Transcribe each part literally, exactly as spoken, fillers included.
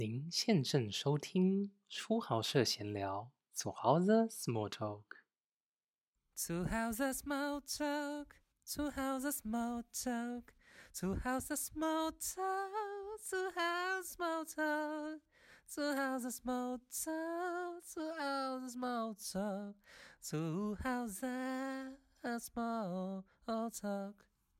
您现正收听初豪社闲聊，组豪的 Small Talk。 Two houses small talk, two houses small talk, two houses small talk, two houses small talk, two houses small talk, two houses small talk, two houses small talk。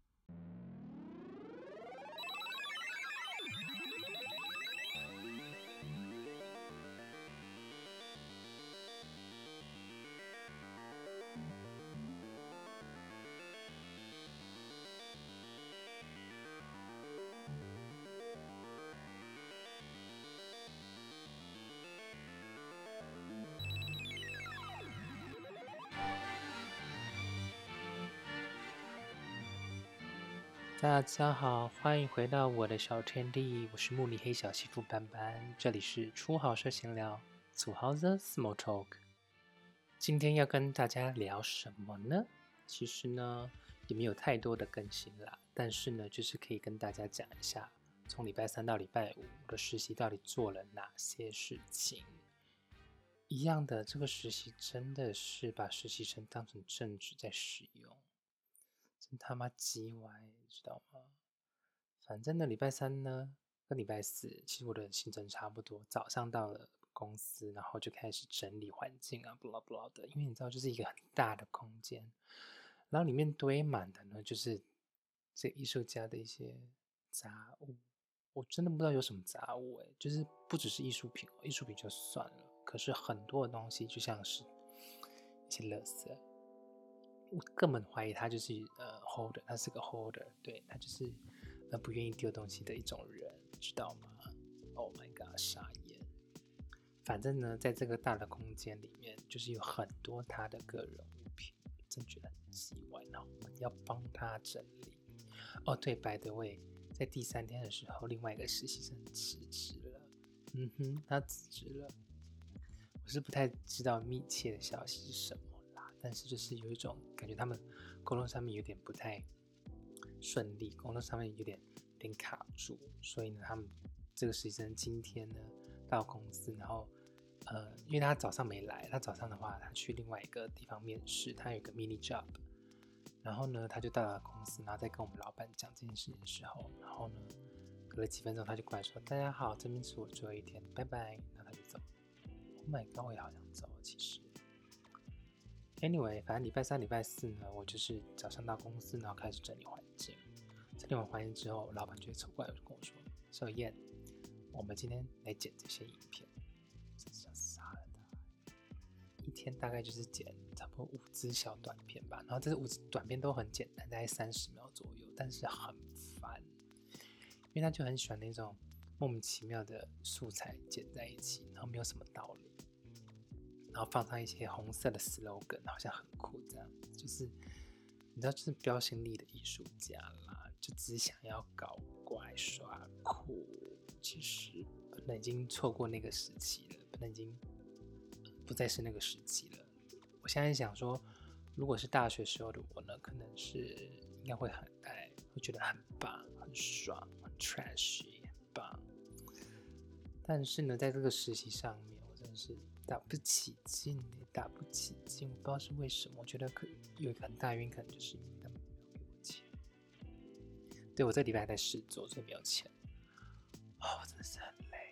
大家好，欢迎回到我的小天地，我是慕尼黑小媳妇斑斑，这里是初豪社闲聊，组豪的 Small Talk。今天要跟大家聊什么呢？其实呢，也没有太多的更新啦，但是呢，就是可以跟大家讲一下，从礼拜三到礼拜五，我的实习到底做了哪些事情。一样的，这个实习真的是把实习生当成正职在使用，真他妈鸡歪，知道吗？反正呢，礼拜三呢跟礼拜四，其实我的行程差不多，早上到了公司，然后就开始整理环境啊，blah blah 的，因为你知道，就是一个很大的空间，然后里面堆满的呢，就是这艺术家的一些杂物。我真的不知道有什么杂物诶，就是不只是艺术品，艺术品就算了，可是很多的东西就像是一些垃圾，我根本怀疑他就是呃 holder， 他是个 holder， 对，他就是呃不愿意丢东西的一种人，知道吗 ？Oh my god， 傻眼。反正呢，在这个大的空间里面，就是有很多他的个人物品，真觉得很奇怪，然后我们要帮他整理。哦，对 ，by the way，在第三天的时候，另外一个实习生辞职了。嗯哼，他辞职了。我是不太知道密切的消息是什么啦，但是就是有一种感觉，他们沟通上面有点不太顺利，沟通上面有点有点卡住，所以呢，他们这个实习生今天呢到公司，然后呃，因为他早上没来，他早上的话他去另外一个地方面试，他有一个 mini job。然后呢，他就到了公司，然后再跟我们老板讲这件事情的时候，然后呢，隔了几分钟，他就过来说：“大家好，这边是我最后一天，拜拜。”然后他就走。Oh my god，我也好想走，其实。Anyway，反正礼拜三、礼拜四呢，我就是早上到公司，然后开始整理环境。整理完环境之后，老板就会走过来跟我说：“小燕，我们今天来剪这些影片。”真是要杀了他！一天大概就是剪差不多五支小短片吧，然后这五支短片都很简单，大概三十秒左右，但是很烦，因为他就很喜欢那种莫名其妙的素材剪在一起，然后没有什么道理，然后放上一些红色的 slogan， 好像很酷这样，就是你知道，就是标新立的艺术家啦，就只想要搞怪耍酷，其实本来已经错过那个时期了，本来已经不再是那个时期了。我现在想说，如果是大学时候的我呢，可能是应该会很爱，会觉得很棒、很爽、很 trashy、很棒。但是呢，在这个实习上面，我真的是打不起劲，打不起劲。我不知道是为什么，我觉得可有一个很大原因，可能就是因为他们没有给我钱。对，我这个礼拜还在试做，所以没有钱。哦，真的是很累。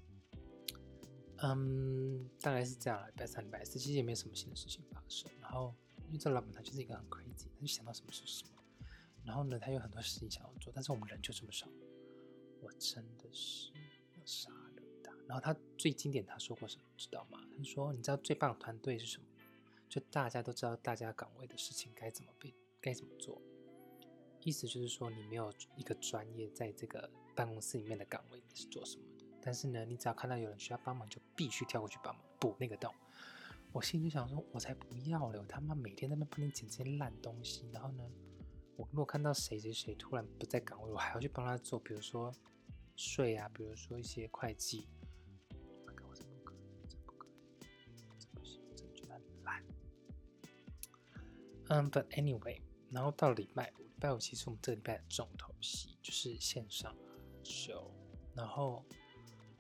嗯，大概是这样，礼拜三、礼拜四其实也没什么新的事情发生。然后，因为这老板他就是一个很 crazy，他就想到什么是什么。然后呢，他有很多事情想要做，但是我们人就这么少，我真的是要杀了他。然后他最经典，他说过什么，知道吗？他说：“你知道最棒的团队是什么？就大家都知道大家岗位的事情该怎么被该怎么做。意思就是说，你没有一个专业在这个办公室里面的岗位你是做什么的。”但是呢，你只要看到有人需要帮忙，就必须跳过去帮忙补那个洞。我心里就想说，我才不要了！我他妈每天在那边帮你捡这些烂东西，然后呢，我如果看到谁谁谁突然不在岗位，我还要去帮他做，比如说税啊，比如说一些会计。我靠，这不可以，这不可以，这不行，这觉得很烂。嗯 ，But anyway， 然后到礼拜五，礼拜五其实我们这个礼拜的重头戏就是线上秀，然后。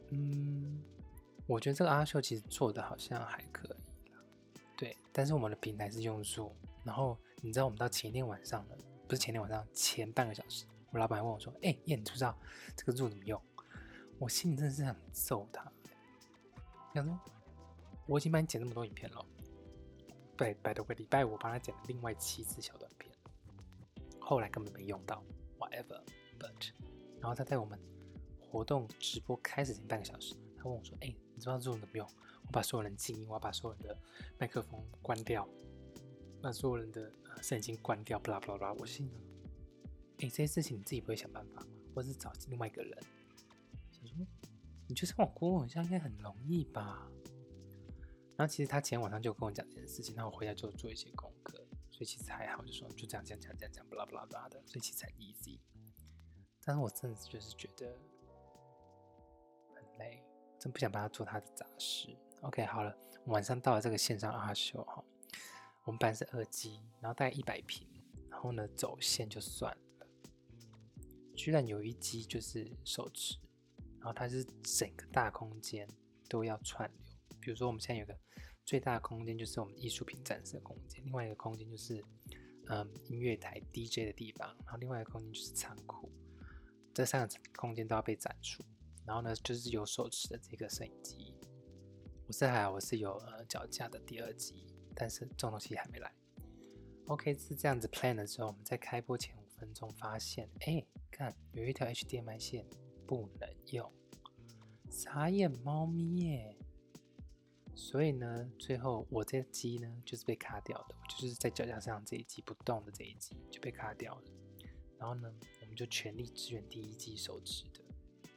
嗯，我觉得这个阿秀其实做的好像还可以啦，对，但是我们的平台是用 Zoom，然后你知道我们到前天晚上呢，不是前天晚上，前半个小时，我老板问我说：“哎、欸，燕，你知不知道这个 Zoom 怎么用？”我心里真的是想揍他，想说我已经帮你剪那么多影片了，对，拜托个礼拜我帮他剪了另外七次小短片，后来根本没用到 ，whatever，but， 然后他在我们活动直播开始前半个小时，他问我说：“哎、欸，你知道 Zoom 怎么用？”我把所有人静音，我要把所有人的麦克风关掉，把所有人的声音机关掉，巴拉巴拉巴拉。我心想，哎、欸，这些事情你自己不会想办法吗？或者是找另外一个人？想说，你就上网 Google一下，应该很容易吧？然后其实他前天晚上就跟我讲这件事情，然后我回来就做一些功课，所以其实还好，就说就这样这样这样这样这样，巴拉巴拉巴拉的，所以其实很 easy。但是我真的就是觉得很累，真不想帮他做他的杂事。OK， 好了，晚上到了这个线上阿秀哈，我们班是二机，然后大概一百平，然后呢走线就算了，居然有一机就是手持，然后它是整个大空间都要串流，比如说我们现在有个最大的空间就是我们艺术品展示的空间，另外一个空间就是嗯音乐台 D J 的地方，然后另外一个空间就是仓库，这三个空间都要被展出，然后呢就是有手持的这个摄影机。我是还好，我是有呃脚架的第二集，但是这种东西还没来。OK， 是这样子 plan 的时候，我们在开播前五分钟发现，哎，看有一条 H D M I 线不能用，傻眼猫咪耶！所以呢，最后我这机呢就是被卡掉的，我就是在脚架上这一机不动的这一机就被卡掉了。然后呢，我们就全力支援第一机手持的。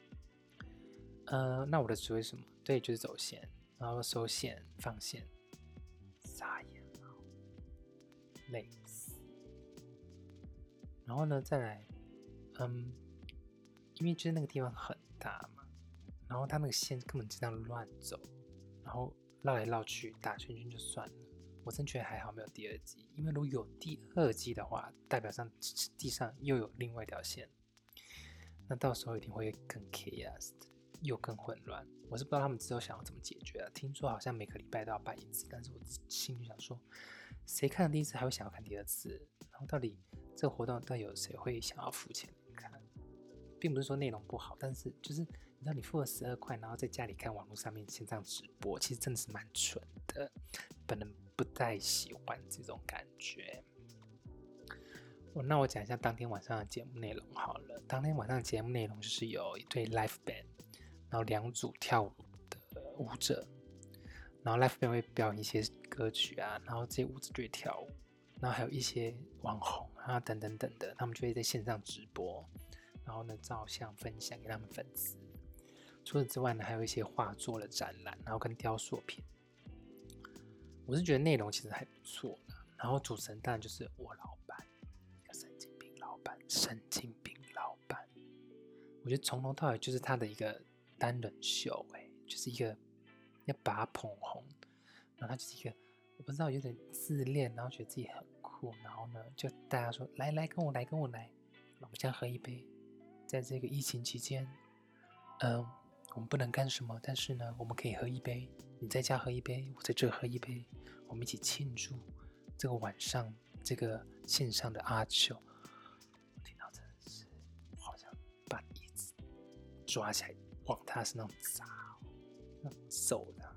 呃，那我的指挥是什么？对，就是走线。然后收线放线，傻眼了，累死。然后呢，再来，嗯，因为就是那个地方很大嘛，然后它那个线根本就这样乱走，然后绕来绕去打圈圈就算了。我真觉得还好没有第二机，因为如果有第二机的话，代表上地上又有另外一条线，那到时候一定会更 chaos 的。又更混乱，我是不知道他们之后想要怎么解决啊。听说好像每个礼拜都要办一次，但是我心里想说，谁看了第一次还会想要看第二次？然后到底这个活动到底有谁会想要付钱看？并不是说内容不好，但是就是你知道你付了十二块，然后在家里看网络上面线上直播，其实真的是蛮蠢的。本人不太喜欢这种感觉。我那我讲一下当天晚上的节目内容好了。当天晚上的节目内容就是有一对 live band。然后两组跳舞的舞者，然后 live band 会表演一些歌曲啊，然后这些舞者就会跳舞，然后还有一些网红啊等等等的，他们就会在线上直播，然后呢照相分享给他们粉丝。除此之外呢，还有一些画作的展览，然后跟雕塑品。我是觉得内容其实还不错的。然后主持人当然就是我老板，一个神经病老板，神经病老板。我觉得从头到尾就是他的一个单人秀，哎、欸，就是一个要把他捧红，然后他就是一个我不知道有点自恋，然后觉得自己很酷，然后呢就大家说来来跟我来跟我来，我们先喝一杯，在这个疫情期间，嗯，我们不能干什么，但是呢我们可以喝一杯，你在家喝一杯，我在这喝一杯，我们一起庆祝这个晚上这个线上的阿秀。我听到真的是好像把椅子抓起来往他身上砸，那揍他。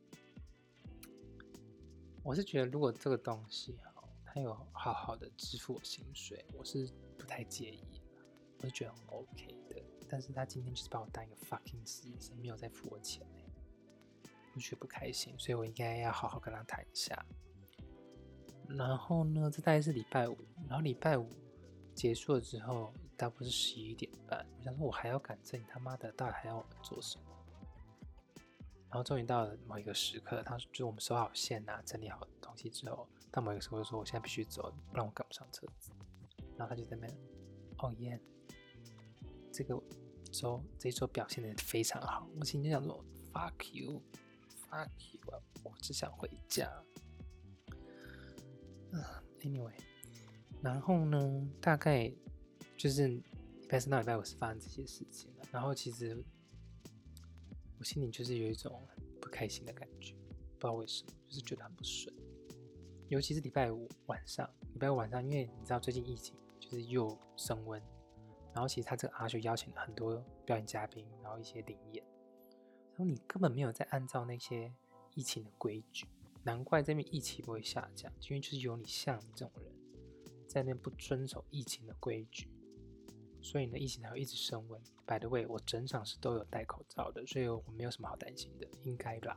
我是觉得如果这个东西他有好好的支付我薪水，我是不太介意的，我是觉得很 OK 的。但是他今天就是把我当一个 fucking 实习生，没有在付我钱，我觉得不开心，所以我应该要好好跟他谈一下。然后呢，这大概是礼拜五，然后礼拜五结束了之后，大概是十一点半。我想说，我还要赶这，你他妈的，到底还要我们做什么？然后终于到了某一个时刻，他就是我们收好线啊，整理好东西之后，到某一个时候就说，我现在必须走，不然我赶不上车子。然后他就在那边，哦耶，这个周这一周表现得非常好。我心里就想说 ，fuck you，fuck you， 我只想回家。Anyway， 然后呢，大概就是礼拜三到礼拜五是发生这些事情了。然后其实我心里就是有一种不开心的感觉，不知道为什么，就是觉得很不顺。尤其是礼拜五晚上，礼拜五晚上，因为你知道最近疫情就是又升温，然后其实他这个阿就邀请了很多表演嘉宾，然后一些灵演，然后你根本没有在按照那些疫情的规矩，难怪这边疫情不会下降，因为就是有你像你这种人在那边不遵守疫情的规矩，所以呢疫情才会一直升温。By the way， 我整场是都有戴口罩的，所以我没有什么好担心的，应该啦。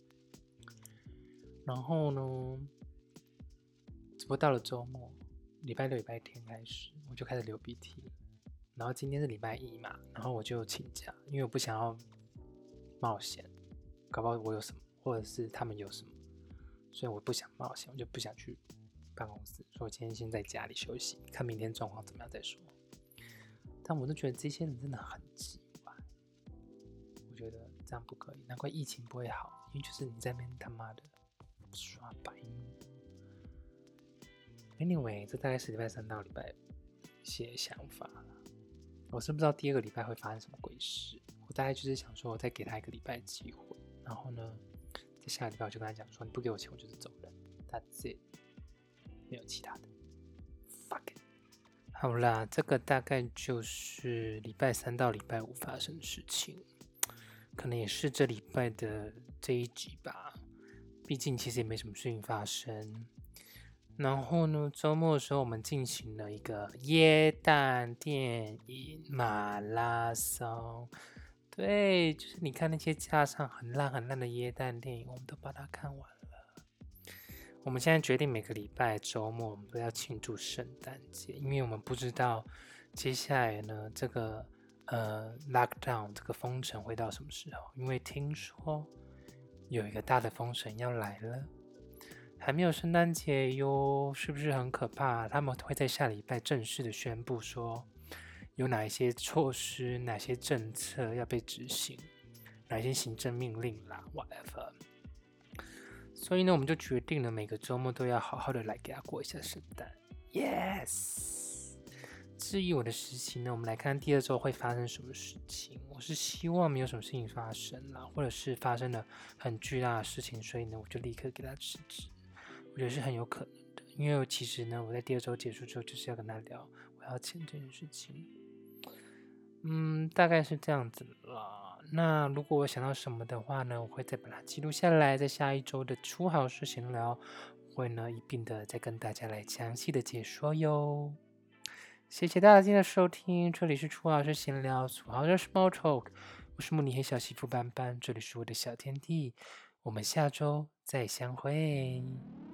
然后呢，只不过到了周末，礼拜六、礼拜天开始，我就开始流鼻涕。然后今天是礼拜一嘛，然后我就请假，因为我不想要冒险，搞不好我有什么，或者是他们有什么，所以我不想冒险，我就不想去办公室，所以我今天先在家里休息，看明天状况怎么样再说。但我就觉得这些人真的很奇怪，我觉得这样不可以，难怪疫情不会好，因为就是你在那边他妈的刷白目。Anyway， 这大概是礼拜三到礼拜五一些想法啦。我是不知道第二个礼拜会发生什么鬼事，我大概就是想说，我再给他一个礼拜的机会，然后呢，在下个礼拜我就跟他讲说，你不给我钱，我就是走人。That's it， 没有其他的。Fuck it。好啦，这个大概就是礼拜三到礼拜五发生的事情，可能也是这礼拜的这一集吧。毕竟其实也没什么事情发生。然后呢，周末的时候我们进行了一个耶诞电影马拉松。对，就是你看那些架上很烂很烂的耶诞电影，我们都把它看完了。我们现在决定每个礼拜周末我们都要庆祝圣诞节，因为我们不知道接下来呢这个呃 lockdown 这个封城会到什么时候，因为听说有一个大的封城要来了。还没有圣诞节哟，是不是很可怕？他们会在下礼拜正式的宣布说，有哪一些措施、哪些政策要被执行，哪一些行政命令啦 ，whatever。所以呢，我们就决定了每个周末都要好好的来给他过一下圣诞。Yes。至于我的实习呢，我们来看第二周会发生什么事情。我是希望没有什么事情发生啦，或者是发生了很巨大的事情，所以呢，我就立刻给他辞职。我觉得是很有可能的，因为其实呢，我在第二周结束之后就是要跟他聊我要钱这件事情。嗯，大概是这样子啦。那如果我想到什么的话呢，我会再把它记录下来，在下一周的初好事闲聊会呢一并的再跟大家来详细的解说哟。谢谢大家今天的收听，这里是初好事闲聊，初好事 Small Talk， 我是慕尼黑小媳妇斑斑，这里是我的小天地，我们下周再相会。